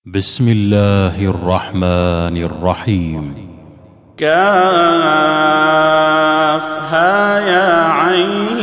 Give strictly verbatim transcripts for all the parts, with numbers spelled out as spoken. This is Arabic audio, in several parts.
بسم الله الرحمن الرحيم. كافها يا عين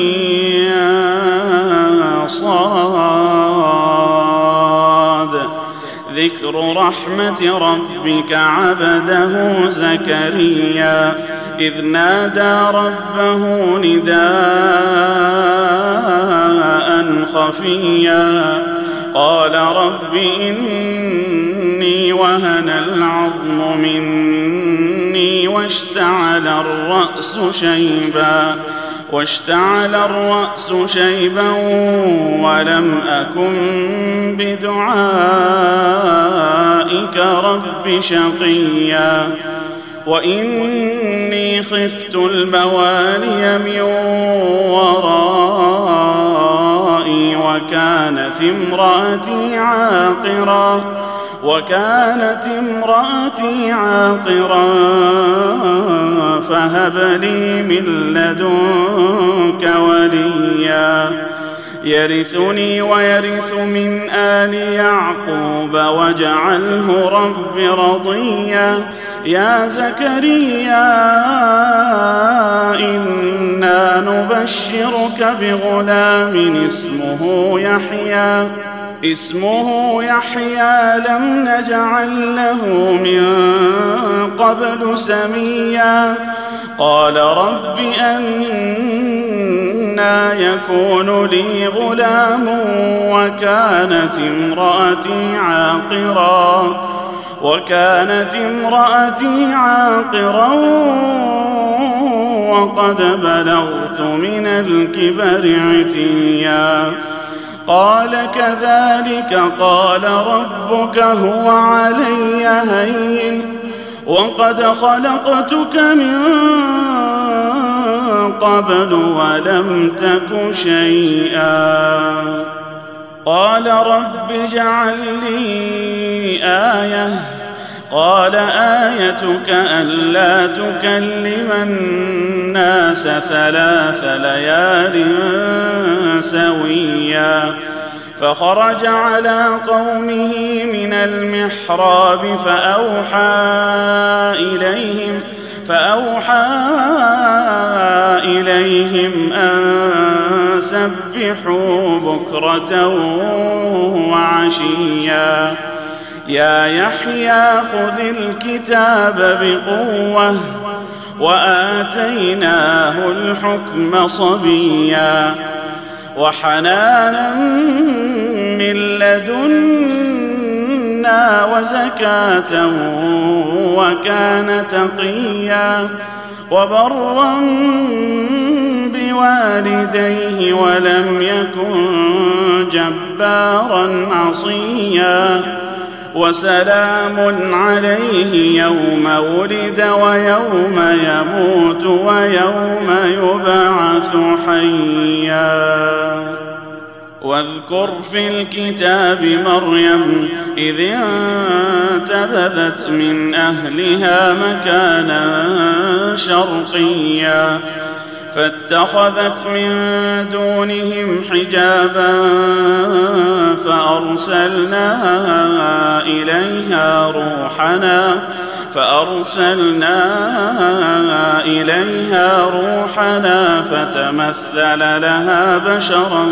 صاد. ذكر رحمة ربك عبده زكريا إذ نادى ربه نداء خفيا قال رب إني وهن العظم مني واشتعل الرأس شيبا واشتعل الرأس شيبا ولم أكن بدعائك رب شقيا وإني خفت الموالي من ورائي وكانت امرأتي عاقرا وكانت امرأتي عاقرا فهب لي من لدنك وليا يرثني ويرث من آل يعقوب واجعله رب رضيا يا زكريا إنا نبشرك بغلام اسمه يحيى اسمه يحيى لم نجعل له من قبل سميا قال رب أنى يكون لي غلام وكانت امرأتي عاقرا وكانت امرأتي عاقرا وقد بلغت من الكبر عتيا قال كذلك قال ربك هو علي هين وقد خلقتك من قبل ولم تك شيئا قال رب اجعل لي آية قال آيتك ألا تكلم الناس ثلاث ليال سويا فخرج على قومه من المحراب فأوحى إليهم فأوحى إليهم أن سبحوا بكرة وعشيا يا يحيى خذ الكتاب بقوة وآتيناه الحكم صبيا وحنانا من لدنا وزكاة وكان تقيا وبرا بوالديه ولم يكن جبارا عصيا وسلام عليه يوم ولد ويوم يموت ويوم يبعث حيا واذكر في الكتاب مريم إذ انتبذت من أهلها مكانا شرقيا فاتخذت من دونهم حجابا فأرسلنا إليها روحنا فأرسلنا إليها روحنا فتمثل لها بشرا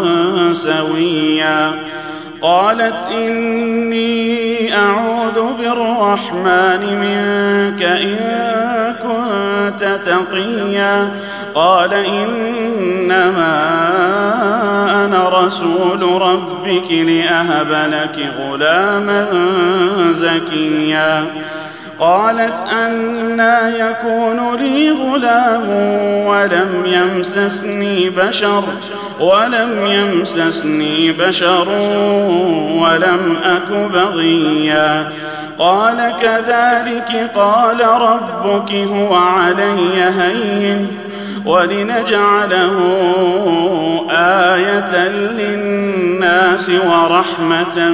سويا قالت إني أعوذ بالرحمن منك إن كنت تقيا قال إنما أنا رسول ربك لأهب لك غلاما زكيا قالت أنى يكون لي غلام ولم يمسسني بشر ولم يمسسني بشر ولم أك بغيا قال كذلك قال ربك هو علي هين ولنجعله آية للناس ورحمة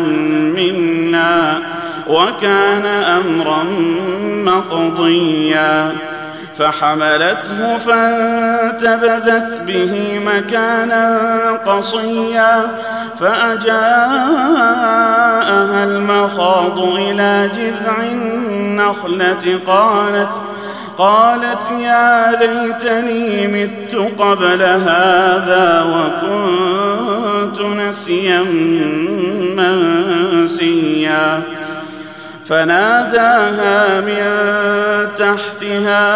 منا وكان أمرا مقضيا فحملته فانتبذت به مكانا قصيا فأجاءها المخاض إلى جذع النخلة قالت قالت يا ليتني مت قبل هذا وكنت نسيا منسيا فناداها من تحتها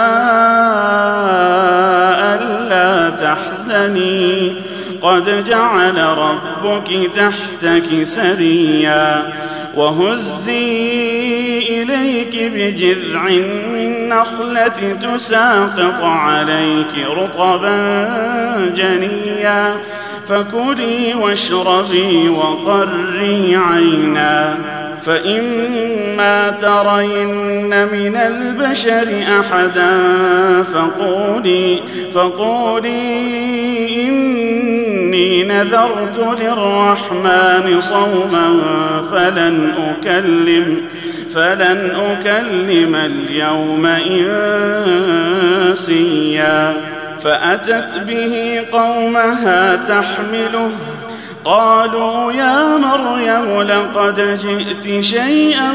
ألا تحزني قد جعل ربك تحتك سريا وهزي إليك بجذع النخلة تساقط عليك رطبا جنيا فكلي واشربي وقري عينا فإما ترين من البشر أحدا فقولي, فقولي إني نذرت للرحمن صوما فلن أكلم, فلن أكلم اليوم إنسيا فأتت به قومها تحمله قالوا يا مريم لقد جئت شيئا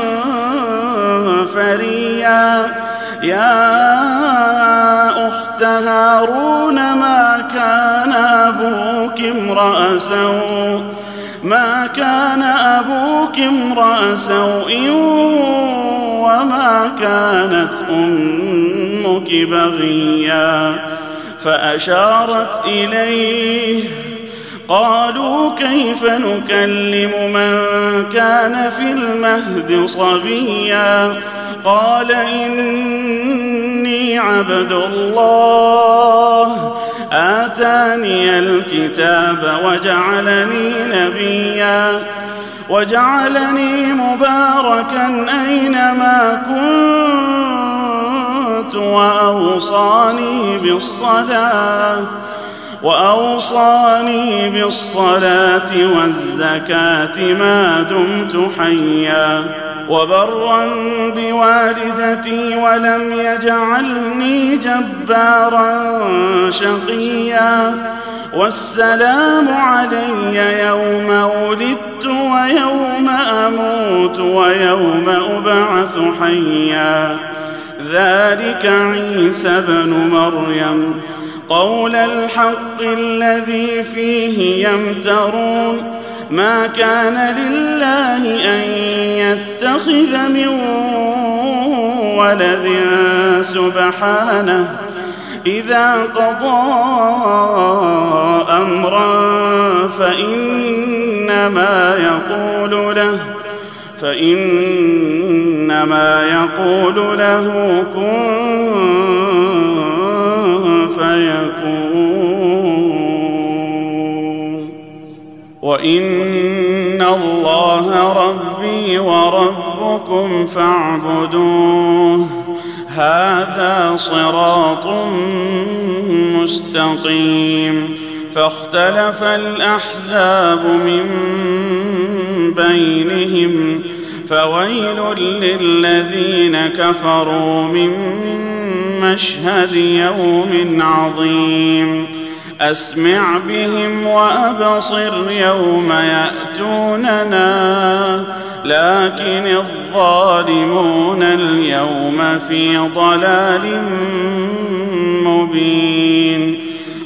فريا يا أخت هارون ما كان أبوك امرأ سوء ما كان أبوك امرأ سوء وما كانت أمك بغيا فأشارت إليه قالوا كيف نكلم من كان في المهد صبيا قال إني عبد الله آتاني الكتاب وجعلني نبيا وجعلني مباركا أينما كنت وأوصاني بالصلاة وأوصاني بالصلاة والزكاة ما دمت حيا وبرا بوالدتي ولم يجعلني جبارا شقيا والسلام علي يوم ولدت ويوم أموت ويوم أبعث حيا ذلك عيسى بن مريم قول الحق الذي فيه يمترون ما كان لله أن يتخذ من ولد سبحانه إذا قضى أمرا فإنما يقول له فإنما يقول له كن فيكون وإن الله ربي وربكم فاعبدوه هذا صراط مستقيم فاختلف الأحزاب من بينهم فويل للذين كفروا من مشهد يوم عظيم أسمع بهم وأبصر يوم يأتوننا لكن الظالمون اليوم في ضلال مبين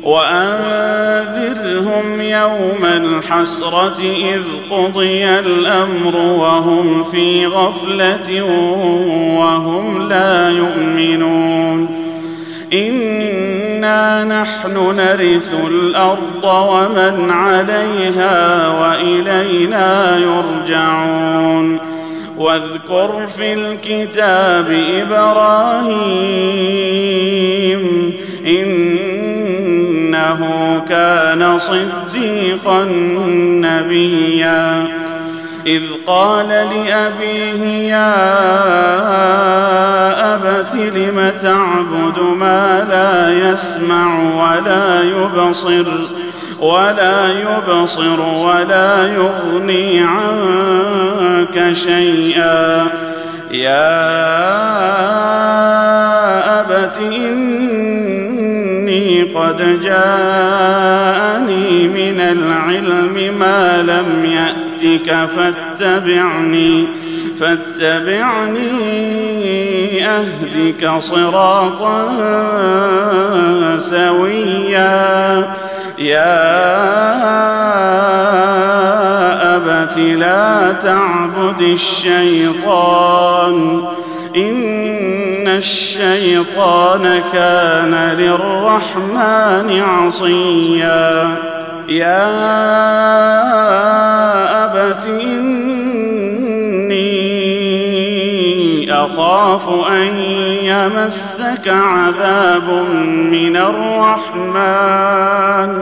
وأنذرهم يوم الحسرة إذ قضي الأمر وهم في غفلة وهم لا يؤمنون إنا نحن نرث الأرض ومن عليها وإلينا يرجعون واذكر في الكتاب إبراهيم إنه كان صديقا نبيا إذ قال لأبيه يا أبت لم تعبد ما لا يسمع ولا يبصر ولا يبصر ولا يغني عنك شيئا يا أبت أبت إني قد جاءني من العلم ما لم يأتك فاتبعني فاتبعني أهدك صراطا سويا يا أبت لا تعبد الشيطان إن الشيطان كان للرحمن عصيا يا أبت إني أخاف أن يمسك عذاب من الرحمن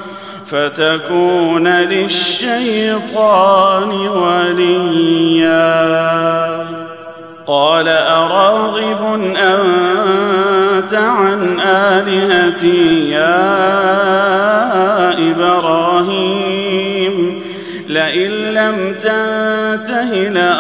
فتكون للشيطان وليا قال أراغب أنت عن آلهتي يا إبراهيم لئن لم تنته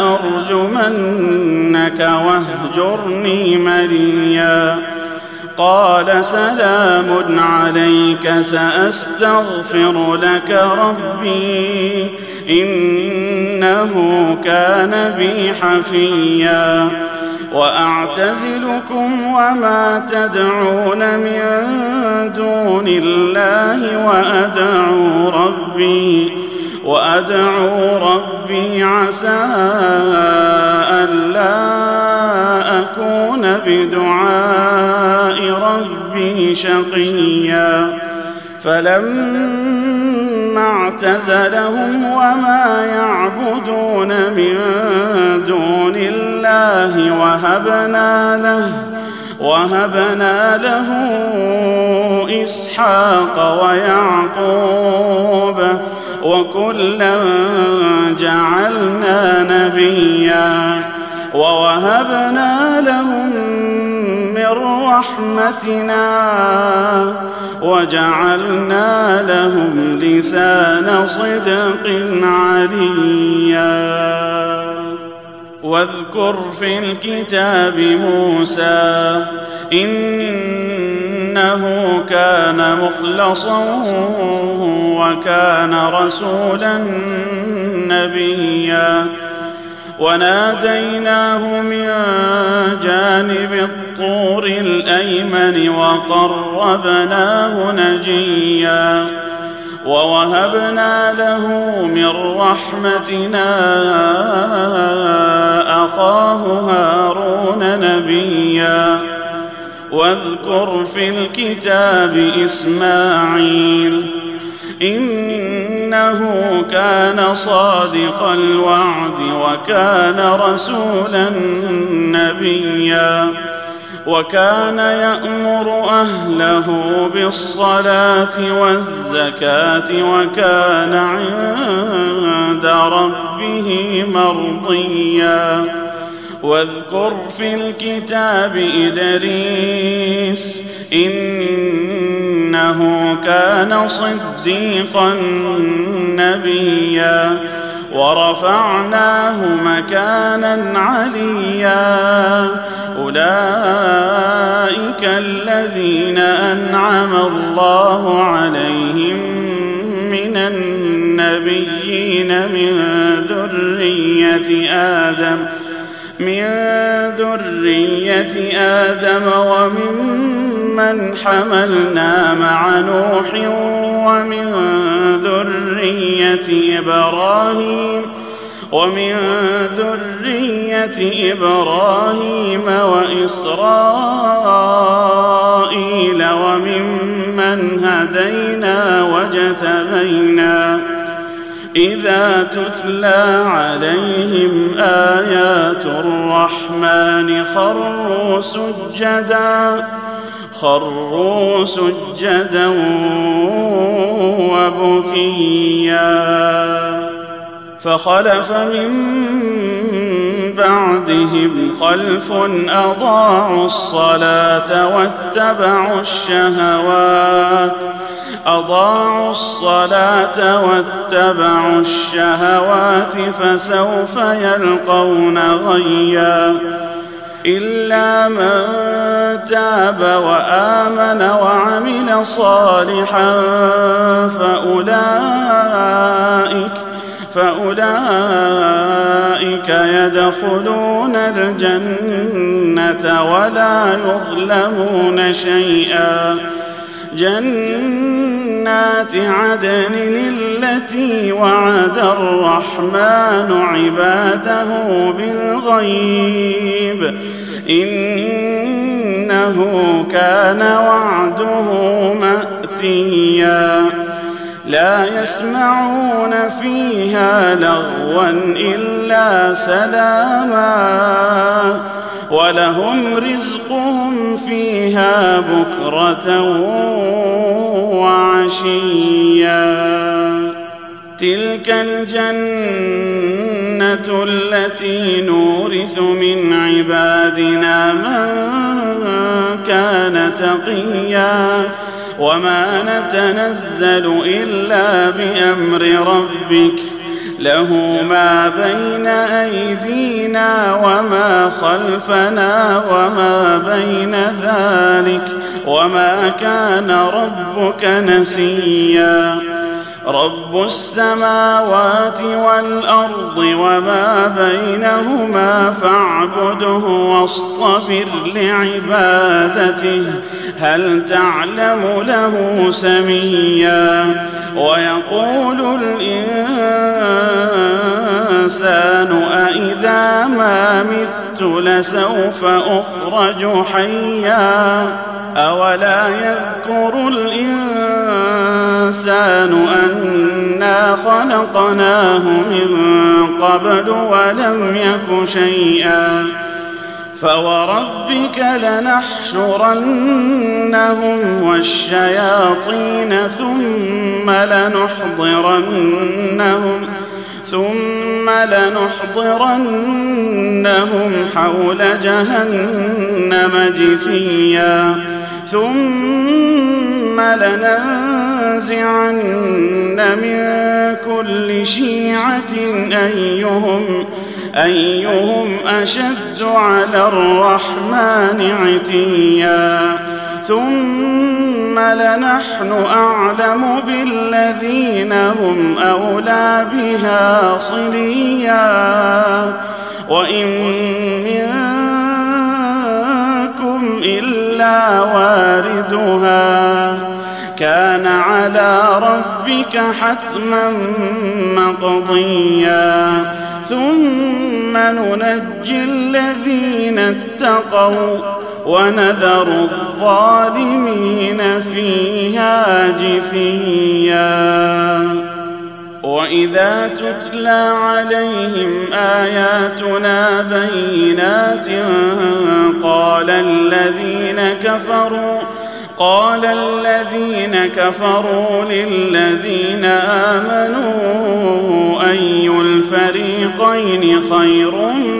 لأرجمنك واهجرني مليا قال سلام عليك سأستغفر لك ربي إنه كان بي حفيا وأعتزلكم وما تدعون من دون الله وأدعو ربي وأدعو ربي عسى ألا أكون بدعاء ربي شقيا فلما اعتزلهم وما يعبدون من دون الله وهبنا له وهبنا له إسحاق ويعقوب وكلا جعلنا نبيا ووهبنا لهم من رحمتنا وجعلنا لهم لسان صدق عليا واذكر في الكتاب موسى إنه كان مخلصا وكان رسولا نبيا وناديناه من جانب الطور الأيمن وقربناه نجيا ووهبنا له من رحمتنا أخاه هارون نبيا واذكر في الكتاب إسماعيل إنه كان صادق الوعد وكان رسولا نبيا وكان يأمر أهله بالصلاة والزكاة وكان عند ربه مرضيا واذكر في الكتاب إدريس إنه كان صديقا نبيا ورفعناه مكانا عليا أولئك الذين أنعم الله عليهم من النبيين من ذرية آدم من ذرية آدم وممن حملنا مع نوح ومن ذرية إبراهيم ومن ذرية إبراهيم وإسرائيل وممن هدينا واجتبينا إذا تتلى عليهم آيات الرحمن خروا سجدا خروا سجدا وبكيا فخلف من بعدهم خلف أضاعوا الصلاة واتبعوا الشهوات أضاعوا الصلاة واتبعوا الشهوات فسوف يلقون غيا إلا من تاب وآمن وعمل صالحا فأولئك فأولئك يدخلون الجنة ولا يظلمون شيئا. جنات عدن التي وعد الرحمن عباده بالغيب إنه كان وعده مأتيا. لا يسمعون فيها لغوا إلا سلاما ولهم رزقهم فيها بكرة وعشيا. تلك الجنة التي نورث من عبادنا من كان تقيا وما نتنزل إلا بأمر ربك له ما بين أيدينا وما خلفنا وما بين ذلك وما كان ربك نسيا. رب السماوات والأرض وما بينهما فاعبده واصطبر لعبادته هل تعلم له سميا. ويقول الإنسان أإذا ما مت لسوف أخرج حيا أولا يذكر الإنسان أنا خلقناه من قبل ولم يك شيئا. فوربك لنحشرنهم والشياطين ثم لنحضرنهم ثم لنحضرنهم حول جهنم جثيا. ثم لننزعن من كل شيعة أيهم أيهم أشد على الرحمن عتيا. ثم لنحن أعلم بالذين هم أولى بها صليا وإن منكم إلا واردها كان على ربك حتما مقضيا. ثم ننجي الذين اتقوا ونذر الظالمين فيها جثيا. وإذا تتلى عليهم آياتنا بينات قال الذين كفروا قال الذين كفروا للذين آمنوا أي الفريقين خير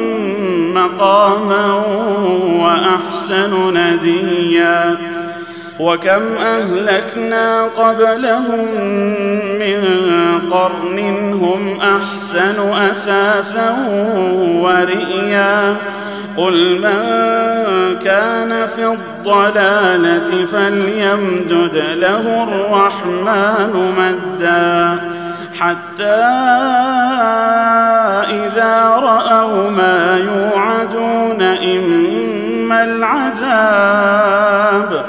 مقاما وأحسن نديا. وكم أهلكنا قبلهم من قرن هم أحسن أثاثا ورئيا. قل من كان في الضلالة فليمدد له الرحمن مدا حتى إذا رأوا ما يوعدون إما العذاب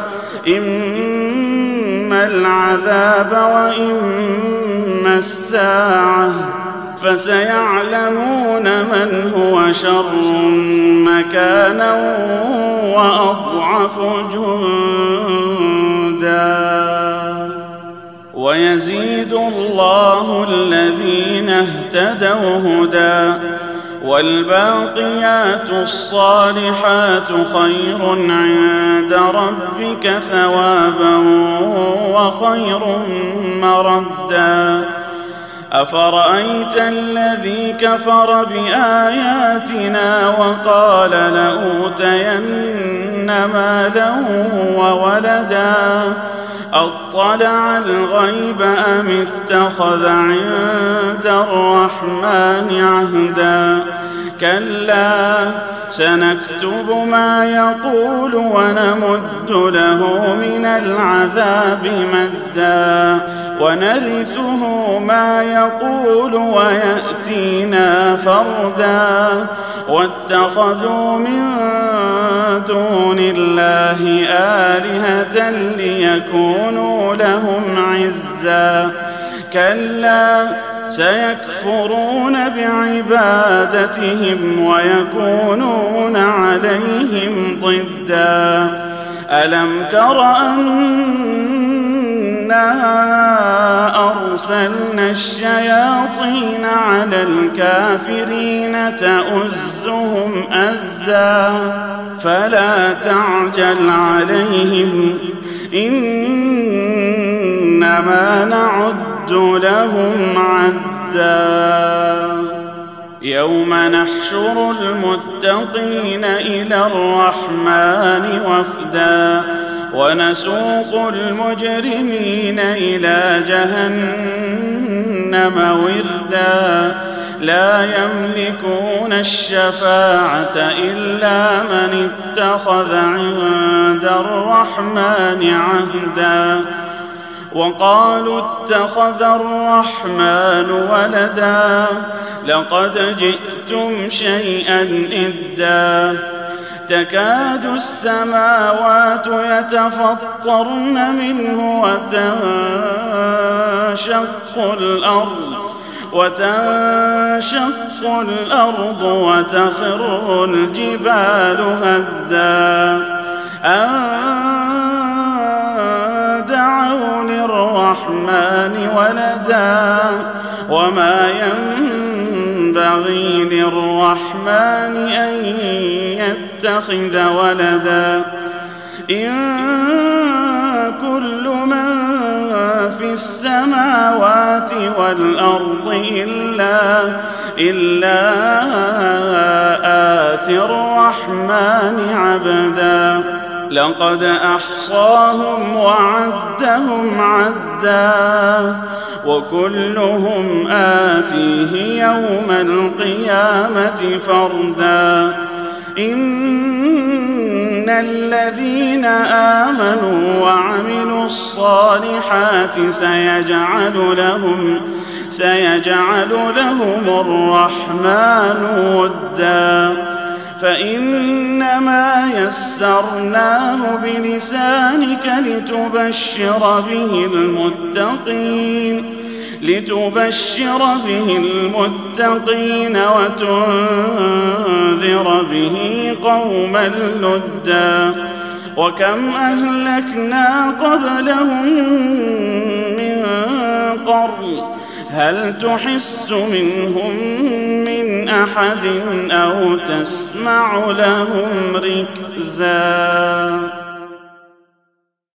إما العذاب وإما الساعة فسيعلمون من هو شر مكانا وأضعف جندا. ويزيد الله الذين اهتدوا هدى والباقيات الصالحات خير عند ربك ثوابا وخير مردا. أفرأيت الذي كفر بآياتنا وقال لأوتين مالا وولدا أطلع الغيب أم اتخذ عند الرحمن عهدا كلا سنكتب ما يقول ونمد له من العذاب مدا ونرثه ما يقول ويأتينا فردا واتخذوا من دون الله آلهة ليكونوا لهم عزا كلا سيكفرون بعبادتهم ويكونون عليهم ضدا ألم تر أنا أرسلنا الشياطين على الكافرين تؤزهم أزا فلا تعجل عليهم إنما نعد لهم عدا يوم نحشر المتقين إلى الرحمن وفدا ونسوق المجرمين إلى جهنم وردا لا يملكون الشفاعة إلا من اتخذ عند الرحمن عهدا وقالوا اتخذ الرحمن ولدا لقد جئتم شيئا إدا تكاد السماوات يتفطرن منه وتنشق الأرض وتنشق الأرض وتخر الجبال هدا أن دعوا للرحمن ولدا وما ينبغي للرحمن أن يتخذ ولدا إن كل من في السماوات والأرض إلا, إلا آتي الرحمن عبدا لقد أحصاهم وعدهم عدا وكلهم آتيه يوم القيامة فردا إن الذين آمنوا وعملوا الصالحات سيجعل لهم سيجعل لهم الرحمن ودا فإنما يسرناه بلسانك لتبشر به المتقين لتبشر به المتقين وتنذر به قوما لدا وكم أهلكنا قبلهم من قرن هل تحس منهم من أحد أو تسمع لهم ركزا